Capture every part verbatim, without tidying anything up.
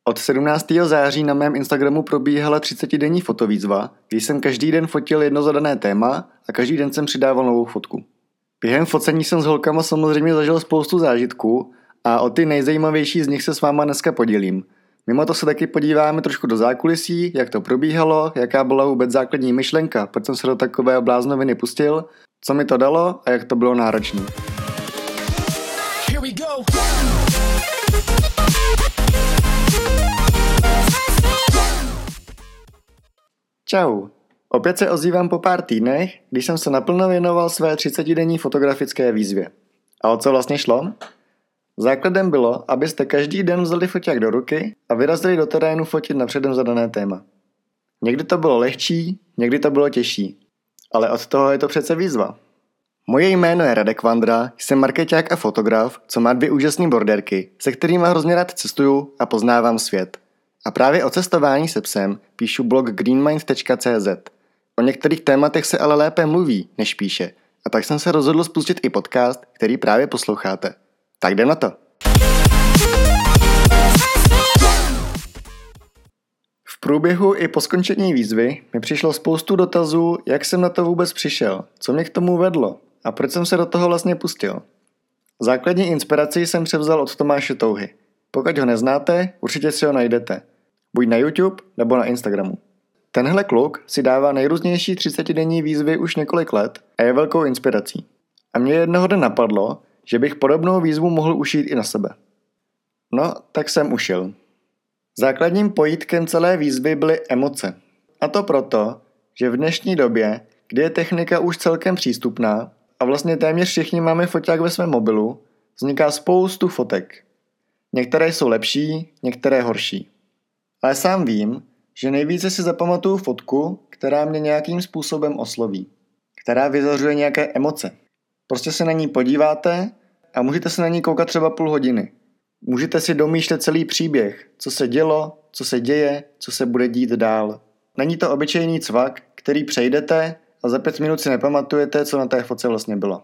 Od sedmnáctého září na mém Instagramu probíhala třicetidenní fotovýzva, kdy jsem každý den fotil jedno zadané téma a každý den jsem přidával novou fotku. Během focení jsem s holkama samozřejmě zažil spoustu zážitků a o ty nejzajímavější z nich se s váma dneska podělím. Mimo to se taky podíváme trošku do zákulisí, jak to probíhalo, jaká byla vůbec základní myšlenka, proč jsem se do takové bláznoviny pustil, co mi to dalo a jak to bylo náročné. Čau. Opět se ozývám po pár týdnech, když jsem se naplno věnoval své třicetidenní fotografické výzvě. A o co vlastně šlo? Základem bylo, abyste každý den vzali foťák do ruky a vyrazili do terénu fotit na předem zadané téma. Někdy to bylo lehčí, někdy to bylo těžší. Ale od toho je to přece výzva. Moje jméno je Radek Vandra, jsem markeťák a fotograf, co má dvě úžasné borderky, se kterými hrozně rád cestuju a poznávám svět. A právě o cestování se psem píšu blog greenmind tečka cé zet. O některých tématech se ale lépe mluví, než píše. A tak jsem se rozhodl spustit i podcast, který právě posloucháte. Tak jdem na to. V průběhu i po skončení výzvy mi přišlo spoustu dotazů, jak jsem na to vůbec přišel, co mě k tomu vedlo a proč jsem se do toho vlastně pustil. Základní inspiraci jsem převzal od Tomáše Touhy. Pokud ho neznáte, určitě si ho najdete. Buď na YouTube nebo na Instagramu. Tenhle kluk si dává nejrůznější třicetidenní výzvy už několik let a je velkou inspirací. A mě jednoho dne napadlo, že bych podobnou výzvu mohl ušít i na sebe. No, tak jsem ušil. Základním pojítkem celé výzvy byly emoce. A to proto, že v dnešní době, kdy je technika už celkem přístupná a vlastně téměř všichni máme foťák ve svém mobilu, vzniká spoustu fotek. Některé jsou lepší, některé horší. Ale sám vím, že nejvíce si zapamatuju fotku, která mě nějakým způsobem osloví. Která vyzařuje nějaké emoce. Prostě se na ní podíváte a můžete se na ní koukat třeba půl hodiny. Můžete si domýšlet celý příběh, co se dělo, co se děje, co se bude dít dál. Není to obyčejný cvak, který přejdete a za pět minut si nepamatujete, co na té fotce vlastně bylo.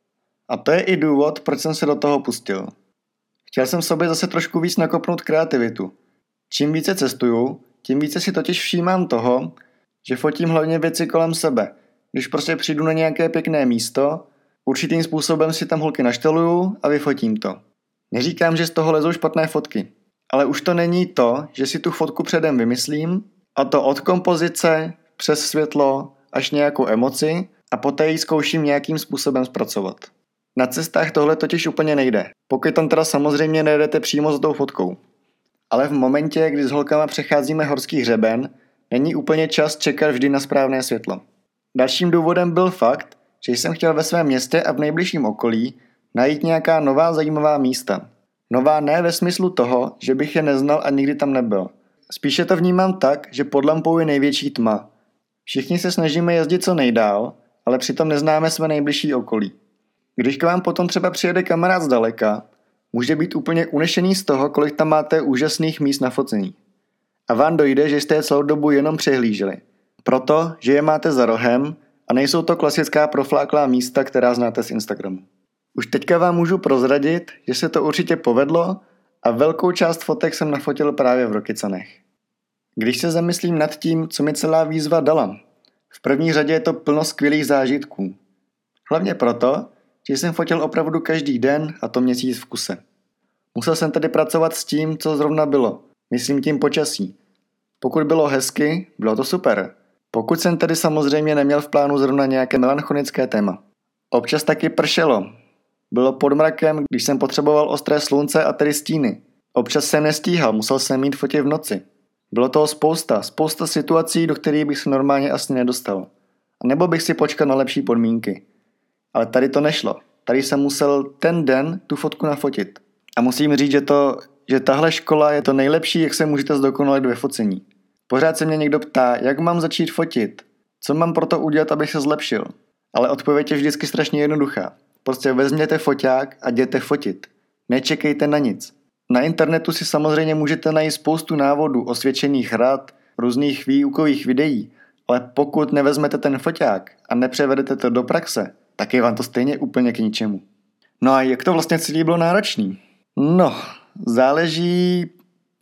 A to je i důvod, proč jsem se do toho pustil. Chtěl jsem sobě zase trošku víc nakopnout kreativitu. Čím více cestuju, tím více si totiž všímám toho, že fotím hlavně věci kolem sebe. Když prostě přijdu na nějaké pěkné místo, určitým způsobem si tam holky našteluju a vyfotím to. Neříkám, že z toho lezou špatné fotky, ale už to není to, že si tu fotku předem vymyslím, a to od kompozice, přes světlo, až nějakou emoci a poté ji zkouším nějakým způsobem zpracovat. Na cestách tohle totiž úplně nejde, pokud tam teda samozřejmě nejedete přímo za tou fotkou. Ale v momentě, kdy s holkama přecházíme horský hřeben, není úplně čas čekat vždy na správné světlo. Dalším důvodem byl fakt, že jsem chtěl ve svém městě a v nejbližším okolí najít nějaká nová zajímavá místa. Nová ne ve smyslu toho, že bych je neznal a nikdy tam nebyl. Spíše to vnímám tak, že pod lampou je největší tma. Všichni se snažíme jezdit co nejdál, ale přitom neznáme své nejbližší okolí. Když k vám potom třeba přijede kamarád zdaleka, může být úplně unešený z toho, kolik tam máte úžasných míst na focení. A vám dojde, že jste je celou dobu jenom přehlíželi. Proto, že je máte za rohem a nejsou to klasická profláklá místa, která znáte z Instagramu. Už teďka vám můžu prozradit, že se to určitě povedlo a velkou část fotek jsem nafotil právě v Rokycanech. Když se zamyslím nad tím, co mi celá výzva dala, v první řadě je to plno skvělých zážitků. Hlavně proto, že jsem fotil opravdu každý den a to měsíc v kuse. Musel jsem tedy pracovat s tím, co zrovna bylo. Myslím tím počasí. Pokud bylo hezky, bylo to super. Pokud jsem tedy samozřejmě neměl v plánu zrovna nějaké melancholické téma. Občas taky pršelo. Bylo pod mrakem, když jsem potřeboval ostré slunce a tedy stíny. Občas jsem nestíhal, musel jsem mít fotit v noci. Bylo toho spousta, spousta situací, do kterých bych se normálně asi nedostal. A nebo bych si počkal na lepší podmínky. Ale tady to nešlo. Tady jsem musel ten den tu fotku nafotit. A musím říct, že, to, že tahle škola je to nejlepší, jak se můžete zdokonalit ve focení. Pořád se mě někdo ptá, jak mám začít fotit, co mám pro to udělat, abych se zlepšil. Ale odpověď je vždycky strašně jednoduchá. Prostě vezměte foťák a jděte fotit. Nečekejte na nic. Na internetu si samozřejmě můžete najít spoustu návodů, osvědčených rad, různých výukových videí, ale pokud nevezmete ten foťák a nepřevedete to do praxe, tak je vám to stejně úplně k ničemu. No a jak to vlastně celý bylo náročný? No, záleží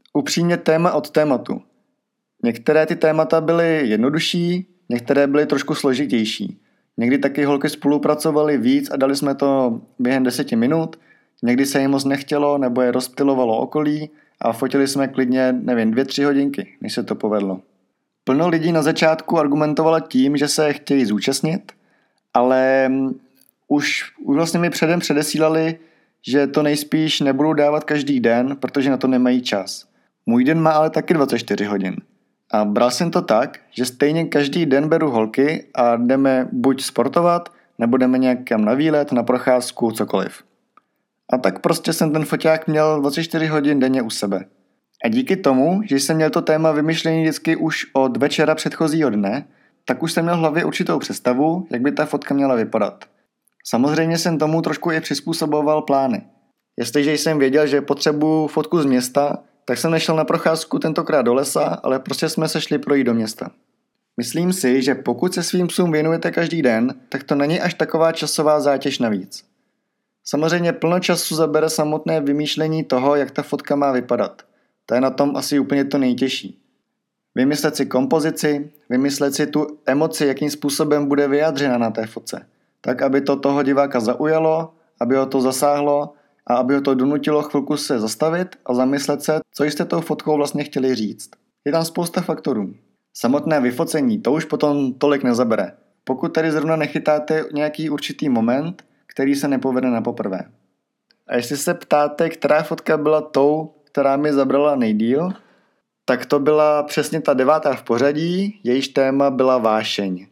Upřímně téma od tématu. Některé ty témata byly jednodušší, některé byly trošku složitější. Někdy taky holky spolupracovaly víc a dali jsme to během deseti minut, někdy se jim moc nechtělo nebo je rozptylovalo okolí a fotili jsme klidně, nevím, dvě, tři hodinky, než se to povedlo. Plno lidí na začátku argumentovalo tím, že se chtějí zúčastnit, ale už, už vlastně mi předem předesílali, že to nejspíš nebudou dávat každý den, protože na to nemají čas. Můj den má ale taky dvacet čtyři hodin. A bral jsem to tak, že stejně každý den beru holky a jdeme buď sportovat, nebo jdeme nějakam na výlet, na procházku, cokoliv. A tak prostě jsem ten foťák měl dvacet čtyři hodin denně u sebe. A díky tomu, že jsem měl to téma vymyšlený vždycky už od večera předchozího dne, tak už jsem měl v hlavě určitou představu, jak by ta fotka měla vypadat. Samozřejmě jsem tomu trošku i přizpůsoboval plány. Jestliže jsem věděl, že potřebuju fotku z města, tak jsem nešel na procházku tentokrát do lesa, ale prostě jsme se šli projít do města. Myslím si, že pokud se svým psům věnujete každý den, tak to není až taková časová zátěž navíc. Samozřejmě plno času zabere samotné vymýšlení toho, jak ta fotka má vypadat. To je na tom asi úplně to nejtěžší. Vymyslet si kompozici, vymyslet si tu emoci, jakým způsobem bude vyjádřena na té fotce. Tak, aby to toho diváka zaujalo, aby ho to zasáhlo a aby ho to donutilo chvilku se zastavit a zamyslet se, co jste tou fotkou vlastně chtěli říct. Je tam spousta faktorů. Samotné vyfocení to už potom tolik nezabere. Pokud tady zrovna nechytáte nějaký určitý moment, který se nepovede na poprvé. A jestli se ptáte, která fotka byla tou, která mi zabrala nejdýl, tak to byla přesně ta devátá v pořadí, jejíž téma byla vášeň.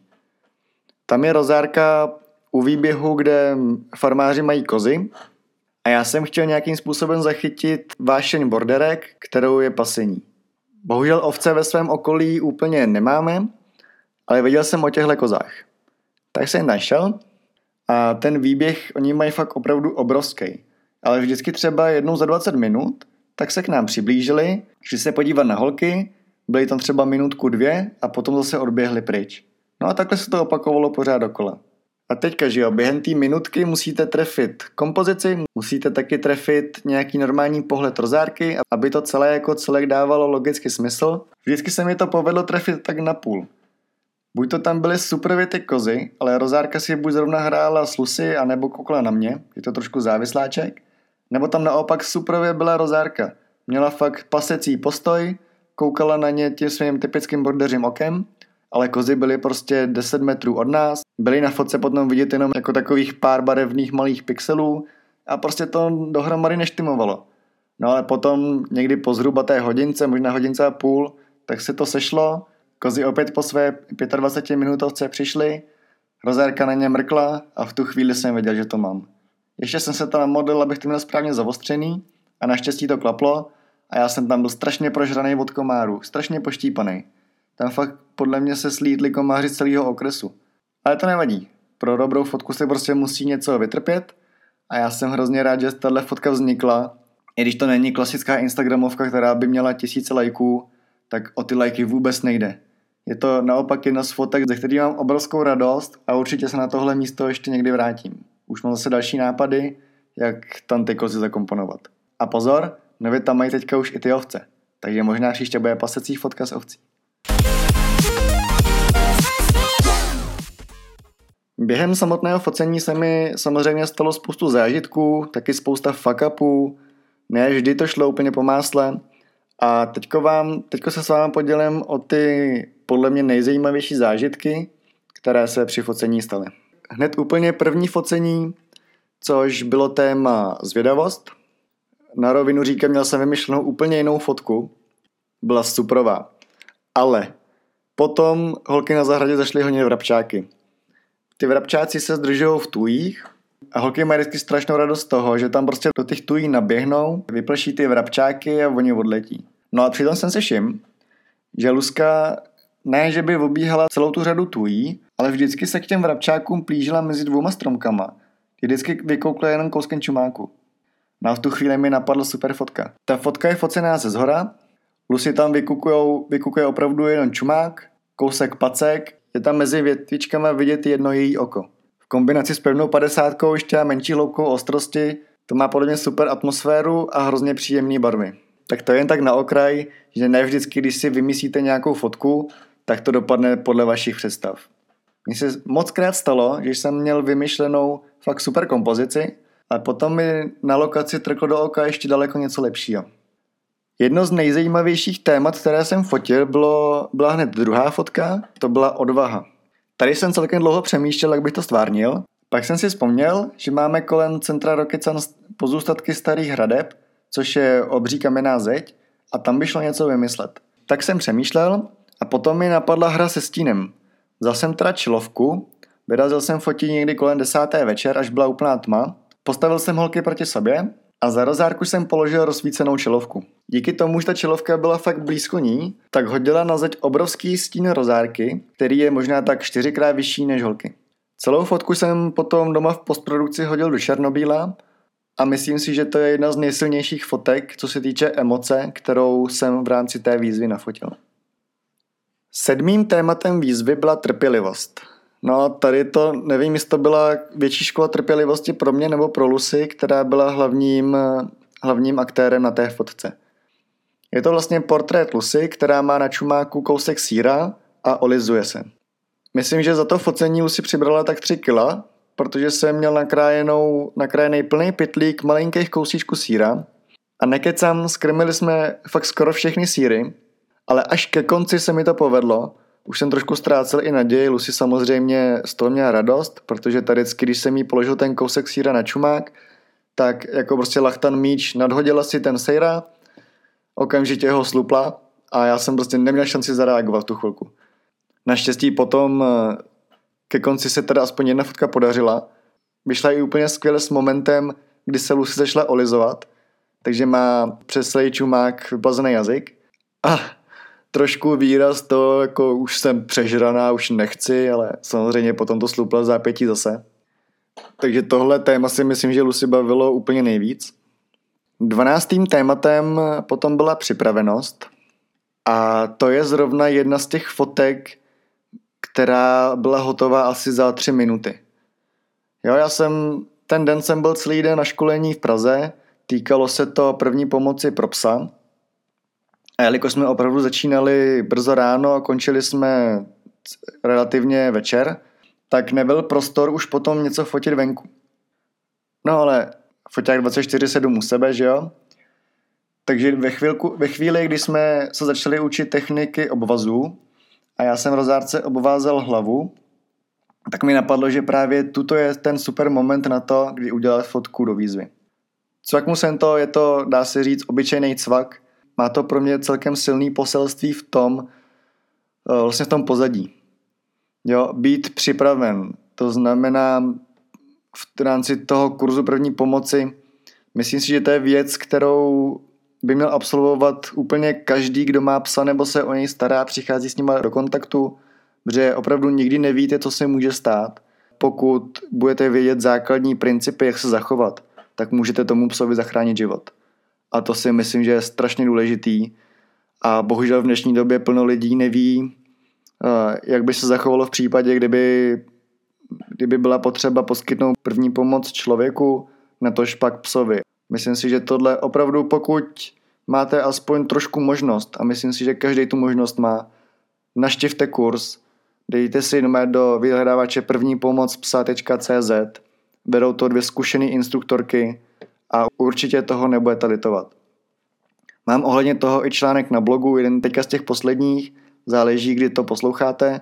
Tam je rozárka u výběhu, kde farmáři mají kozy a já jsem chtěl nějakým způsobem zachytit vášeň borderek, kterou je pasení. Bohužel ovce ve svém okolí úplně nemáme, ale věděl jsem o těchto kozách. Tak jsem tam šel a ten výběh, oni mají fakt opravdu obrovský. Ale vždycky třeba jednou za dvacet minut, tak se k nám přiblížili, šli se podívat na holky, byli tam třeba minutku dvě a potom zase odběhli pryč. No a takhle se to opakovalo pořád dokola. A teďka, že jo, během té minutky musíte trefit kompozici, musíte taky trefit nějaký normální pohled rozárky, aby to celé jako celek dávalo logický smysl. Vždycky se mi to povedlo trefit tak na půl. Buď to tam byly super ty kozy, ale rozárka si buď zrovna hrála s Lucy, anebo koukala na mě, je to trošku závisláček, nebo tam naopak superově byla rozárka. Měla fakt pasecí postoj, koukala na ně tím svým typickým bordeřím okem, ale kozy byly prostě deset metrů od nás, byly na fotce potom vidět jenom jako takových pár barevných malých pixelů a prostě to dohromady neštimovalo. No ale potom někdy po zhruba té hodince, možná hodince a půl, tak se to sešlo, kozy opět po své dvacetipětiminutovce přišly, rozárka na ně mrkla a v tu chvíli jsem věděl, že to mám. Ještě jsem se tam modlil, abych to měl správně zavostřený a naštěstí to klaplo a já jsem tam byl strašně prožraný od komárů, strašně poštípaný. Tam fakt podle mě se slítli komáři z celého okresu. Ale to nevadí. Pro dobrou fotku se prostě musí něco vytrpět a já jsem hrozně rád, že tahle fotka vznikla. I když to není klasická instagramovka, která by měla tisíce lajků, tak o ty lajky vůbec nejde. Je to naopak jedna z fotek, ze kterých mám obrovskou radost a určitě se na tohle místo ještě někdy vrátím. Už mám zase další nápady, jak tam ty kozy zakomponovat. A pozor, nově tam mají teďka už i ty ovce. Takže možná příště bude pasecí fotka s ovcí. Během samotného focení se mi samozřejmě stalo spoustu zážitků, taky spousta fuck-upů. Ne vždy to šlo úplně po másle. A teďko, vám, teďko se s vámi podělím o ty podle mě nejzajímavější zážitky, které se při focení staly. Hned úplně první focení, což bylo téma zvědavost. Na rovinu říkám, měl jsem vymyšlenou úplně jinou fotku. Byla superová. Ale potom holky na zahradě zašly honit vrabčáky. Ty vrabčáci se zdržují v tujích a holky mají vždycky strašnou radost z toho, že tam prostě do těch tují naběhnou, vyplší ty vrabčáky a oni odletí. No a přitom jsem si všiml, že Luzka ne, že by obíhala celou tu řadu tují, ale vždycky se k těm vrabčákům plížila mezi dvouma stromkama. Vždycky vykoukla jenom kouskem čumáku. No a v tu chvíli mi napadla super fotka. Ta fotka je focená ze zhora, Lucy tam vykukujou, vykukuje opravdu jenom čumák, kousek pacek, je tam mezi větvičkama vidět jedno její oko. V kombinaci s pevnou padesátkou ještě a menší hloubkou ostrosti to má podle mě super atmosféru a hrozně příjemné barvy. Tak to je jen tak na okraj, že ne vždycky, když si vymyslíte nějakou fotku, tak to dopadne podle vašich představ. Mně se mockrát stalo, že jsem měl vymyšlenou fakt super kompozici, ale potom mi na lokaci trklo do oka ještě daleko něco lepšího. Jedno z nejzajímavějších témat, které jsem fotil, bylo, byla hned druhá fotka, to byla odvaha. Tady jsem celkem dlouho přemýšlel, jak bych to stvárnil. Pak jsem si vzpomněl, že máme kolem centra Rokycan pozůstatky starých hradeb, což je obří kamenná zeď, a tam by šlo něco vymyslet. Tak jsem přemýšlel a potom mi napadla hra se stínem. Vzal jsem teda čilovku, vyrazil jsem fotit někdy kolem desáté večer, až byla úplná tma, postavil jsem holky proti sobě a za rozárku jsem položil rozsvícenou čilovku. Díky tomu, že ta čilovka byla fakt blízko ní, tak hodila na zeď obrovský stín rozárky, který je možná tak čtyřikrát vyšší než holky. Celou fotku jsem potom doma v postprodukci hodil do černobíla a myslím si, že to je jedna z nejsilnějších fotek, co se týče emoce, kterou jsem v rámci té výzvy nafotil. Sedmým tématem výzvy byla trpělivost. No tady to, nevím, jestli to byla větší škola trpělivosti pro mě nebo pro Lucy, která byla hlavním, hlavním aktérem na té fotce. Je to vlastně portrét Lucy, která má na čumáku kousek sýra a olizuje se. Myslím, že za to focení Lucy přibrala tak tři kila, protože jsem měl nakrájenou, nakrájený plný pytlík malinkých kousíčků sýra a nekecám, skrmili jsme fakt skoro všechny sýry, ale až ke konci se mi to povedlo. Už jsem trošku ztrácel i naději, Lucy samozřejmě z toho měla radost, protože tady, když jsem jí položil ten kousek sýra na čumák, tak jako prostě lachtan míč nadhodila si ten sejra, okamžitě ho slupla a já jsem prostě neměl šanci zareagovat v tu chvilku. Naštěstí potom ke konci se teda aspoň jedna fotka podařila. Vyšla i úplně skvěle s momentem, kdy se Lucy začala olizovat, takže má přes celý čumák vyplazený jazyk. A trošku výraz to, jako už jsem přežraná, už nechci, ale samozřejmě potom to slupla v zápětí zase. Takže tohle téma si myslím, že Lucy bavilo úplně nejvíc. Dvanáctým tématem potom byla připravenost. A to je zrovna jedna z těch fotek, která byla hotová asi za tři minuty. Jo, já jsem, ten den jsem byl celý den na školení v Praze, týkalo se to první pomoci pro psa. A jelikož jsme opravdu začínali brzo ráno a končili jsme relativně večer, tak nebyl prostor už potom něco fotit venku. No ale foťák dvacet čtyři sedm u sebe, že jo? Takže ve, chvilku, ve chvíli, kdy jsme se začali učit techniky obvazů a já jsem rozárce obvázel hlavu, tak mi napadlo, že právě tuto je ten super moment na to, kdy udělat fotku do výzvy. Cvaknu jsem to, je to, dá se říct, obyčejný cvak. Má to pro mě celkem silný poselství v tom, vlastně v tom pozadí. Jo, být připraven, to znamená v rámci toho kurzu první pomoci, myslím si, že to je věc, kterou by měl absolvovat úplně každý, kdo má psa nebo se o něj stará, přichází s ním do kontaktu, protože opravdu nikdy nevíte, co se může stát. Pokud budete vědět základní principy, jak se zachovat, tak můžete tomu psovi zachránit život. A to si myslím, že je strašně důležitý. A bohužel v dnešní době plno lidí neví, jak by se zachovalo v případě, kdyby, kdyby byla potřeba poskytnout první pomoc člověku, natož pak psovi. Myslím si, že tohle opravdu, pokud máte aspoň trošku možnost, a myslím si, že každý tu možnost má, naštivte kurz, dejte si do vyhledávače první pomoc psa tečka cé zet, vedou to dvě zkušené instruktorky a určitě toho nebudete litovat. Mám ohledně toho i článek na blogu, jeden teďka z těch posledních, záleží, kdy to posloucháte,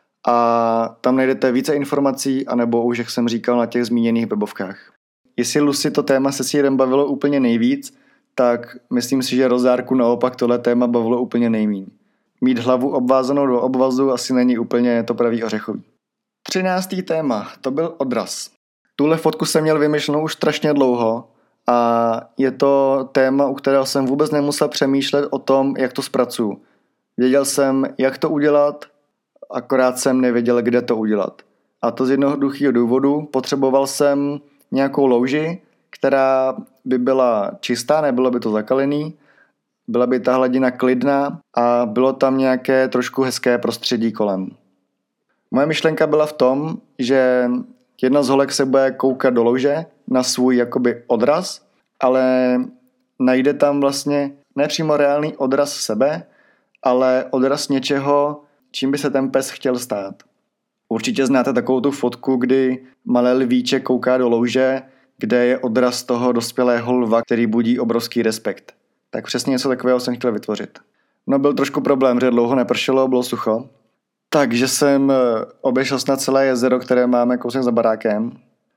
a tam najdete více informací, anebo už, jak jsem říkal, na těch zmíněných webovkách. Jestli Lucy to téma se sýrem bavilo úplně nejvíc, tak myslím si, že rozárku naopak tohle téma bavilo úplně nejméně. Mít hlavu obvázanou do obvazu asi není úplně to pravý ořechový. Třináctý téma, to byl odraz. Tuhle fotku jsem měl vymyšlenou už strašně dlouho a je to téma, u kterého jsem vůbec nemusel přemýšlet o tom, jak to zpracuju. Věděl jsem, jak to udělat, akorát jsem nevěděl, kde to udělat. A to z jednoduchého důvodu, potřeboval jsem nějakou louži, která by byla čistá, nebylo by to zakalený, byla by ta hladina klidná a bylo tam nějaké trošku hezké prostředí kolem. Moje myšlenka byla v tom, že jedna z holek se bude koukat do louže na svůj jakoby odraz, ale najde tam vlastně ne přímo reálný odraz sebe, ale odraz něčeho, čím by se ten pes chtěl stát. Určitě znáte takovou tu fotku, kdy malé lvíček kouká do louže, kde je odraz toho dospělého lva, který budí obrovský respekt. Tak přesně něco takového jsem chtěl vytvořit. No byl trošku problém, že dlouho nepršelo, bylo sucho. Takže jsem obešel snad celé jezero, které máme kousek za barákem.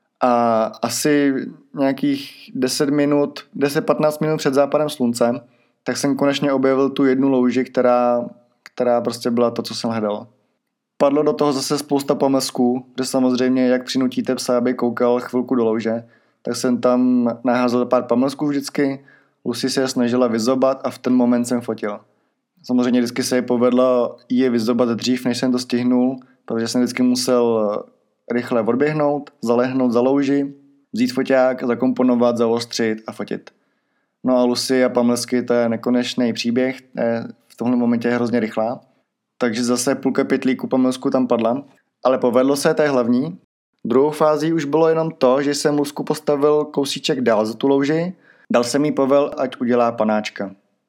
A asi nějakých deset minut, deset patnáct minut před západem slunce, tak jsem konečně objevil tu jednu louži, která, která prostě byla to, co jsem hledal. Padlo do toho zase spousta pomlsků, že samozřejmě jak přinutíte psa, aby koukal chvilku do louže, tak jsem tam naházel pár pomlsků vždycky, Lucy se je snažila vyzobat a v ten moment jsem fotil. Samozřejmě vždycky se jí povedlo je vyzobat dřív, než jsem to stihnul, protože jsem vždycky musel rychle odběhnout, zalehnout za louži, vzít foťák, zakomponovat, zaostřit a fotit. No a Lucy a pamlsky, to je nekonečný příběh, je v tomhle momentě je hrozně rychlá. Takže zase půlka pytlíku pamlsku tam padla, ale povedlo se, to je hlavní. Druhou fází už bylo jenom to, že jsem Lusku postavil kousíček dál za tu louži, dal jsem jí povel, ať udělá panáčka.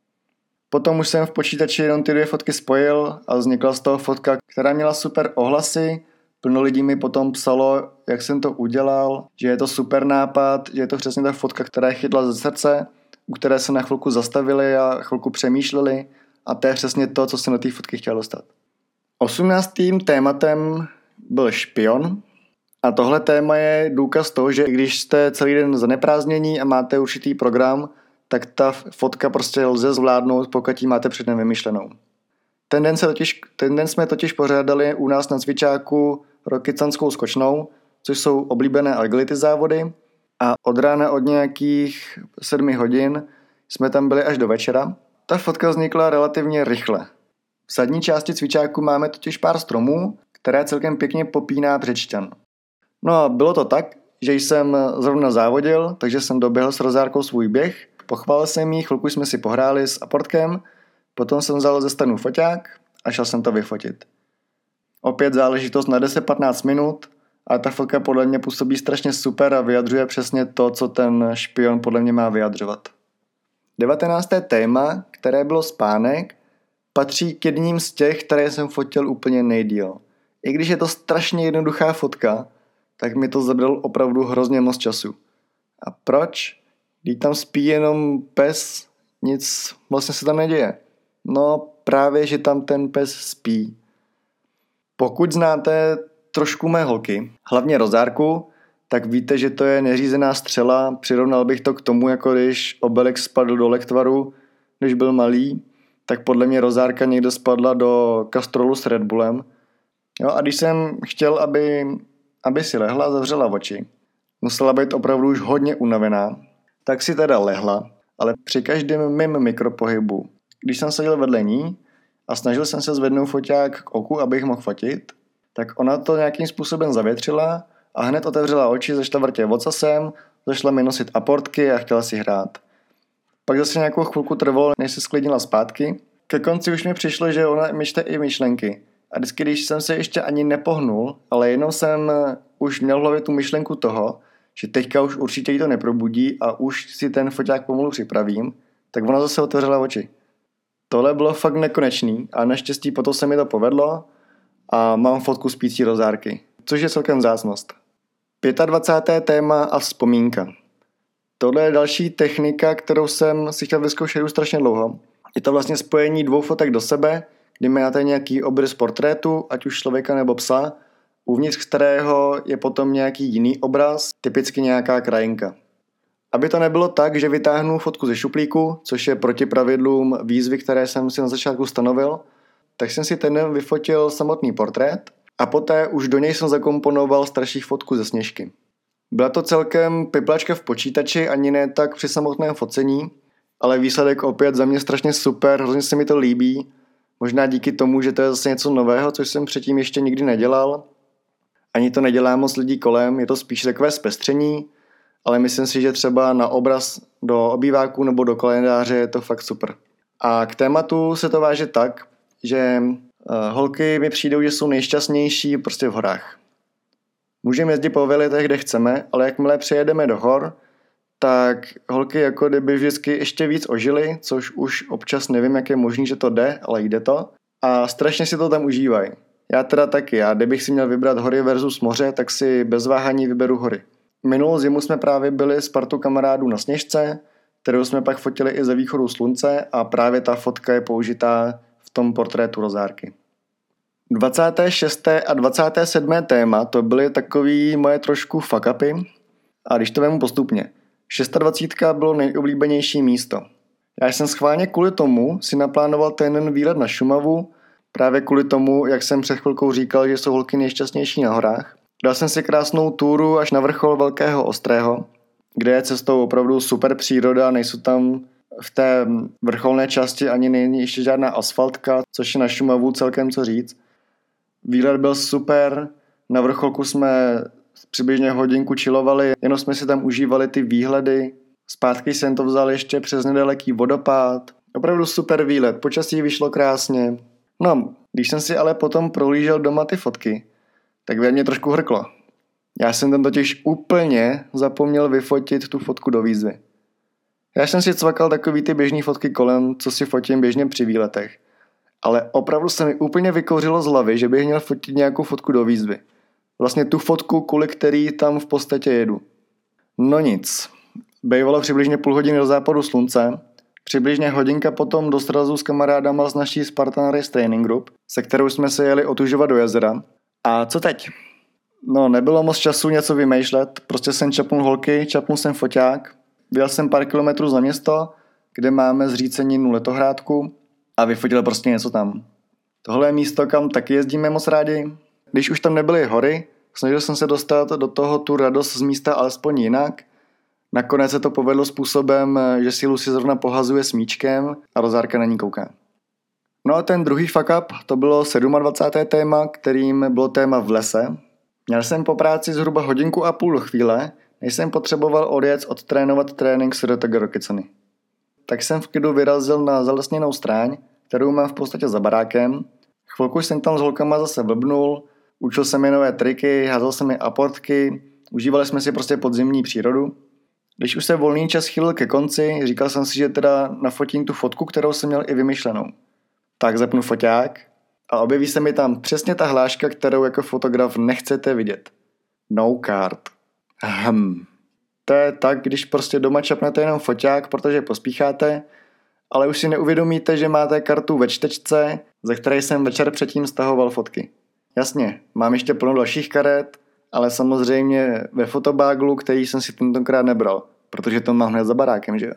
Potom už jsem v počítači jenom ty dvě fotky spojil a vznikla z toho fotka, která měla super ohlasy. Plno lidí mi potom psalo, jak jsem to udělal, že je to super nápad, že je to přesně ta fotka, která je chytla ze srdce, u které se na chvilku zastavili a chvilku přemýšleli a to je přesně to, co jsem do té fotky chtěl dostat. Osmnáctým tématem byl špion a tohle téma je důkaz toho, že když jste celý den zaneprázdnění a máte určitý program, tak ta fotka prostě lze zvládnout, pokud ji máte předem vymyšlenou. Ten den, se totiž, ten den jsme totiž pořádali u nás na cvičáku rokycanskou skočnou, což jsou oblíbené agility závody a od rána od nějakých sedmi hodin jsme tam byli až do večera. Ta fotka vznikla relativně rychle. V zadní části cvičáku máme totiž pár stromů, které celkem pěkně popíná Břečťan. No a bylo to tak, že jsem zrovna závodil, takže jsem doběhl s rozárkou svůj běh, pochválil jsem jí, chvilku jsme si pohráli s aportkem, potom jsem vzal ze stanu foťák a šel jsem to vyfotit. Opět záležitost na deset patnáct minut a ta fotka podle mě působí strašně super a vyjadřuje přesně to, co ten špion podle mě má vyjadřovat. devatenácté téma, které bylo spánek, patří k jedním z těch, které jsem fotil úplně nejdýl. I když je to strašně jednoduchá fotka, tak mi to zabralo opravdu hrozně moc času. A proč? Když tam spí jenom pes, nic vlastně se tam neděje. No právě, že tam ten pes spí. Pokud znáte trošku mé holky, hlavně Rozárku, tak víte, že to je neřízená střela. Přirovnal bych to k tomu, jako když Obelix spadl do Lektvaru, když byl malý, tak podle mě Rozárka někde spadla do Kastrolu s Red Bullem. Jo, a když jsem chtěl, aby, aby si lehla, zavřela oči, musela být opravdu už hodně unavená, tak si teda lehla, ale při každém mým mikropohybu, když jsem seděl vedle ní a snažil jsem se zvednout foťák k oku, abych mohl fotit, tak ona to nějakým způsobem zavětřila a hned otevřela oči, začala vrtět ocasem, začala mi nosit aportky a chtěla si hrát. Pak zase nějakou chvilku trvalo, než se sklidnila zpátky. Ke konci už mi přišlo, že ona mi čte i myšlenky. A vždycky, když jsem se ještě ani nepohnul, ale jenom jsem už měl v hlavě tu myšlenku toho, že teďka už určitě jí to neprobudí a už si ten foťák pomalu připravím, tak ona zase otevřela oči. Tohle bylo fakt nekonečný a naštěstí potom se mi to povedlo a mám fotku spící Rozárky, což je celkem vzácnost. dvacáté páté téma a vzpomínka. Tohle je další technika, kterou jsem si chtěl vyzkoušet už strašně dlouho. Je to vlastně spojení dvou fotek do sebe, kdy máte nějaký obrys portrétu, ať už člověka nebo psa, uvnitř kterého je potom nějaký jiný obraz, typicky nějaká krajinka. Aby to nebylo tak, že vytáhnu fotku ze šuplíku, což je proti pravidlům výzvy, které jsem si na začátku stanovil, tak jsem si ten den vyfotil samotný portrét a poté už do něj jsem zakomponoval starší fotku ze Sněžky. Byla to celkem piplačka v počítači, ani ne tak při samotném focení, ale výsledek opět za mě strašně super, hrozně se mi to líbí. Možná díky tomu, že to je zase něco nového, což jsem předtím ještě nikdy nedělal. Ani to nedělá moc lidí kolem, je to spíš takové zpestření, ale myslím si, že třeba na obraz do obýváku nebo do kalendáře je to fakt super. A k tématu se to váže tak, že holky mi přijdou, že jsou nejšťastnější prostě v horách. Můžeme jezdit po velitech, kde chceme, ale jakmile přijedeme do hor, tak holky jako kdyby vždycky ještě víc ožily, což už občas nevím, jak je možný, že to jde, ale jde to. A strašně si to tam užívají. Já teda taky, já kdybych si měl vybrat hory versus moře, tak si bez váhání vyberu hory. Minulou zimu jsme právě byli s partou kamarádů na Sněžce, kterou jsme pak fotili i ze východu slunce a právě ta fotka je použitá v tom portrétu Rozárky. dvacáté šesté a dvacáté sedmé téma to byly takový moje trošku fuck upy. A když to vemu postupně. dvacet šest bylo nejoblíbenější místo. Já jsem schválně kvůli tomu si naplánoval ten výlet na Šumavu, právě kvůli tomu, jak jsem před chvilkou říkal, že jsou holky nejšťastnější na horách. Dal jsem si krásnou túru až na vrchol Velkého Ostrého, kde je cestou opravdu super příroda, nejsou tam v té vrcholné části ani není ještě žádná asfaltka, což je na Šumavu celkem co říct. Výlet byl super, na vrcholku jsme přibližně hodinku chillovali, jenom jsme si tam užívali ty výhledy. Zpátky jsem to vzal ještě přes nedaleký vodopád. Opravdu super výlet, počasí vyšlo krásně. No, když jsem si ale potom prohlížel doma ty fotky, tak ve mně trošku hrklo. Já jsem tam totiž úplně zapomněl vyfotit tu fotku do výzvy. Já jsem si cvakal takový ty běžný fotky kolem, co si fotím běžně při výletech. Ale opravdu se mi úplně vykouřilo z hlavy, že bych měl fotit nějakou fotku do výzvy. Vlastně tu fotku, kvůli který tam v podstatě jedu. No nic. Bejvalo přibližně půl hodiny do západu slunce, přibližně hodinka potom do srazu s kamarádama z naší Spartan Race Training Group, se kterou jsme se jeli otužovat do jezera. A co teď? No, nebylo moc času něco vymýšlet, prostě jsem čapnul holky, čapnul jsem foťák, vyjel jsem pár kilometrů za město, kde máme zříceninu Letohrádku a vyfotil prostě něco tam. Tohle je místo, kam taky jezdíme moc rádi. Když už tam nebyly hory, snažil jsem se dostat do toho tu radost z místa alespoň jinak. Nakonec se to povedlo způsobem, že si Lucy zrovna pohazuje smíčkem a Rozárka na ní kouká. No a ten druhý fuck up, to bylo dvacáté sedmé téma, kterým bylo téma v lese. Měl jsem po práci zhruba hodinku a půl do chvíle, než jsem potřeboval odjet odtrénovat trénink s R T G Rokycany. Tak jsem v klidu vyrazil na zalesněnou stráň, kterou mám v podstatě za barákem. Chvilku jsem tam s holkama zase blbnul, učil jsem je nové triky, házel jsem je aportky, užívali jsme si prostě podzimní přírodu. Když už se volný čas chýlil ke konci, říkal jsem si, že teda nafotím tu fotku, kterou jsem měl i vymyšlenou. Tak zapnu foťák a objeví se mi tam přesně ta hláška, kterou jako fotograf nechcete vidět. No card. Ahem. To je tak, když prostě doma čapnete jenom foťák, protože pospícháte, ale už si neuvědomíte, že máte kartu ve čtečce, ze které jsem večer předtím stahoval fotky. Jasně, mám ještě plno dalších karet, ale samozřejmě ve fotobáglu, který jsem si tentokrát nebral, protože to mám hned za barákem, že jo.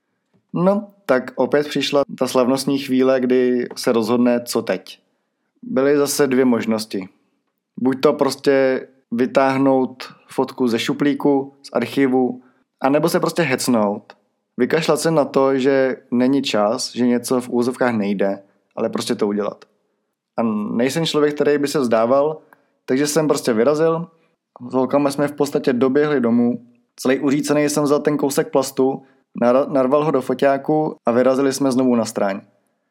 No, tak opět přišla ta slavnostní chvíle, kdy se rozhodne, co teď. Byly zase dvě možnosti. Buď to prostě vytáhnout fotku ze šuplíku, z archivu, anebo se prostě hecnout. Vykašlat se na to, že není čas, že něco v úzovkách nejde, ale prostě to udělat. A nejsem člověk, který by se vzdával, takže jsem prostě vyrazil. S holkama jsme v podstatě doběhli domů. Celý uřícený jsem vzal ten kousek plastu, narval ho do foťáku a vyrazili jsme znovu na stráň.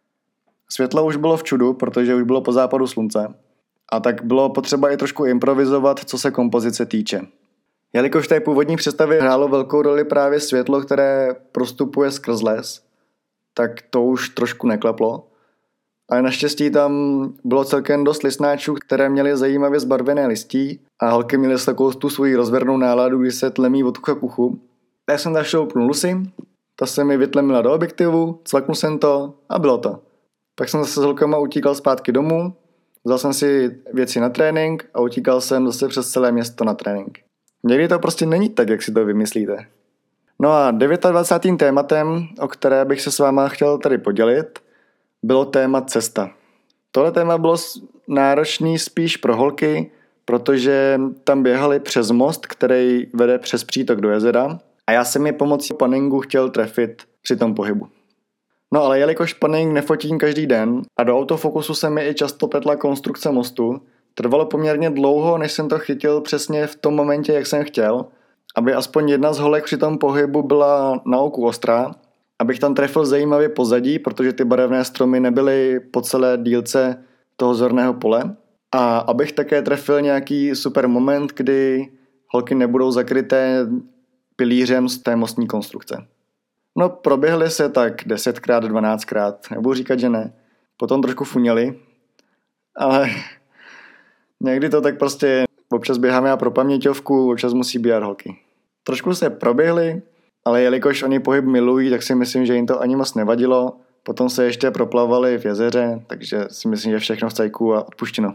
Světlo už bylo v čudu, protože už bylo po západu slunce. A tak bylo potřeba i trošku improvizovat, co se kompozice týče. Jelikož v té původní představě hrálo velkou roli právě světlo, které prostupuje skrz les, tak to už trošku neklaplo. Ale naštěstí tam bylo celkem dost listnáčů, které měly zajímavě zbarvené listí a holky měly takovou tu svoji rozvernou náladu, kdy se tlemí od ucha k uchu. Tak jsem tam šoupnul Lucy, ta se mi vytlemila do objektivu, cvaknul jsem to a bylo to. Pak jsem zase s holkama utíkal zpátky domů, vzal jsem si věci na trénink a utíkal jsem zase přes celé město na trénink. Někdy to prostě není tak, jak si to vymyslíte. No a dvacátým devátým tématem, o které bych se s váma chtěl tady podělit, bylo téma cesta. Tohle téma bylo náročný spíš pro holky, protože tam běhali přes most, který vede přes přítok do jezera a já jsem je pomocí panningu chtěl trefit při tom pohybu. No ale jelikož panning nefotím každý den a do autofokusu se mi i často pletla konstrukce mostu, trvalo poměrně dlouho, než jsem to chytil přesně v tom momentě, jak jsem chtěl, aby aspoň jedna z holek při tom pohybu byla na oku ostrá, abych tam trefil zajímavě pozadí, protože ty barevné stromy nebyly po celé dílce toho zorného pole. A abych také trefil nějaký super moment, kdy holky nebudou zakryté pilířem z té mostní konstrukce. No, proběhly se tak desetkrát, dvanáctkrát, nebudu říkat, že ne. Potom trošku funěli, ale někdy to tak prostě občas běháme a pro paměťovku, občas musí běhat holky. Trošku se proběhli, ale jelikož oni pohyb milují, tak si myslím, že jim to ani moc nevadilo. Potom se ještě proplavali v jezeře, takže si myslím, že všechno v cajku a odpuštěno.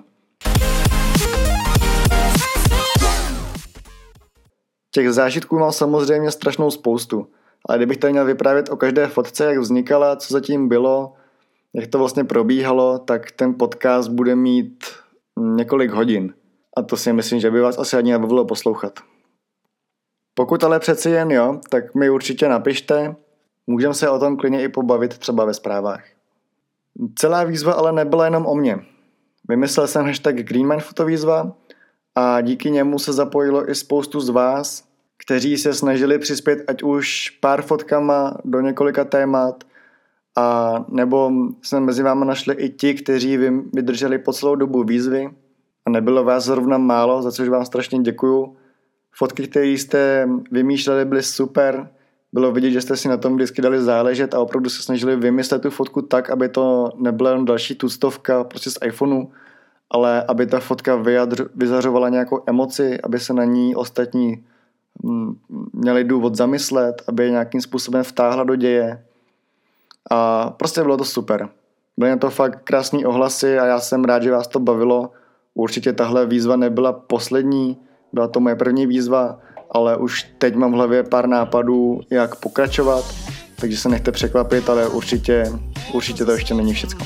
Těch zážitků mám samozřejmě strašnou spoustu, ale kdybych tady měl vyprávět o každé fotce, jak vznikala, co zatím bylo, jak to vlastně probíhalo, tak ten podcast bude mít několik hodin. A to si myslím, že by vás asi ani nebavilo poslouchat. Pokud ale přeci jen jo, tak mi určitě napište, můžeme se o tom klidně i pobavit třeba ve zprávách. Celá výzva ale nebyla jenom o mně. Vymyslel jsem hashtag Greenmind fotovýzva a díky němu se zapojilo i spoustu z vás, kteří se snažili přispět ať už pár fotkama do několika témat, a nebo jsme mezi vámi našli i ti, kteří vydrželi po celou dobu výzvy a nebylo vás zrovna málo, za což vám strašně děkuju. Fotky, které jste vymýšleli, byly super. Bylo vidět, že jste si na tom vždycky dali záležet a opravdu se snažili vymyslet tu fotku tak, aby to nebyla jen další tuctovka prostě z iPhoneu, ale aby ta fotka vyjadř, vyzařovala nějakou emoci, aby se na ní ostatní měli důvod zamyslet, aby je nějakým způsobem vtáhla do děje. A prostě bylo to super. Byly na to fakt krásný ohlasy a já jsem rád, že vás to bavilo. Určitě tahle výzva nebyla poslední, byla to moje první výzva, ale už teď mám v hlavě pár nápadů, jak pokračovat, takže se nechte překvapit, ale určitě, určitě to ještě není všecko.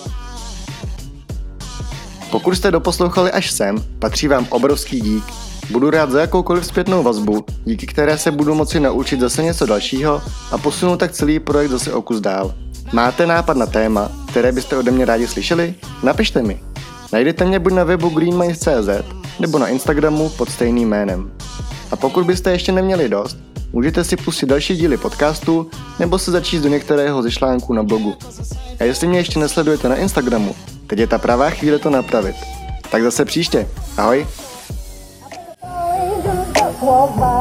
Pokud jste doposlouchali až sem, patří vám obrovský dík. Budu rád za jakoukoliv zpětnou vazbu, díky které se budu moci naučit zase něco dalšího a posunu tak celý projekt zase o kus dál. Máte nápad na téma, které byste ode mě rádi slyšeli? Napište mi. Najdete mě buď na webu greenmind tečka cé zet nebo na Instagramu pod stejným jménem. A pokud byste ještě neměli dost, můžete si pustit další díly podcastu nebo se začíst do některého ze článků na blogu. A jestli mě ještě nesledujete na Instagramu, teď je ta pravá chvíle to napravit. Tak zase příště. Ahoj!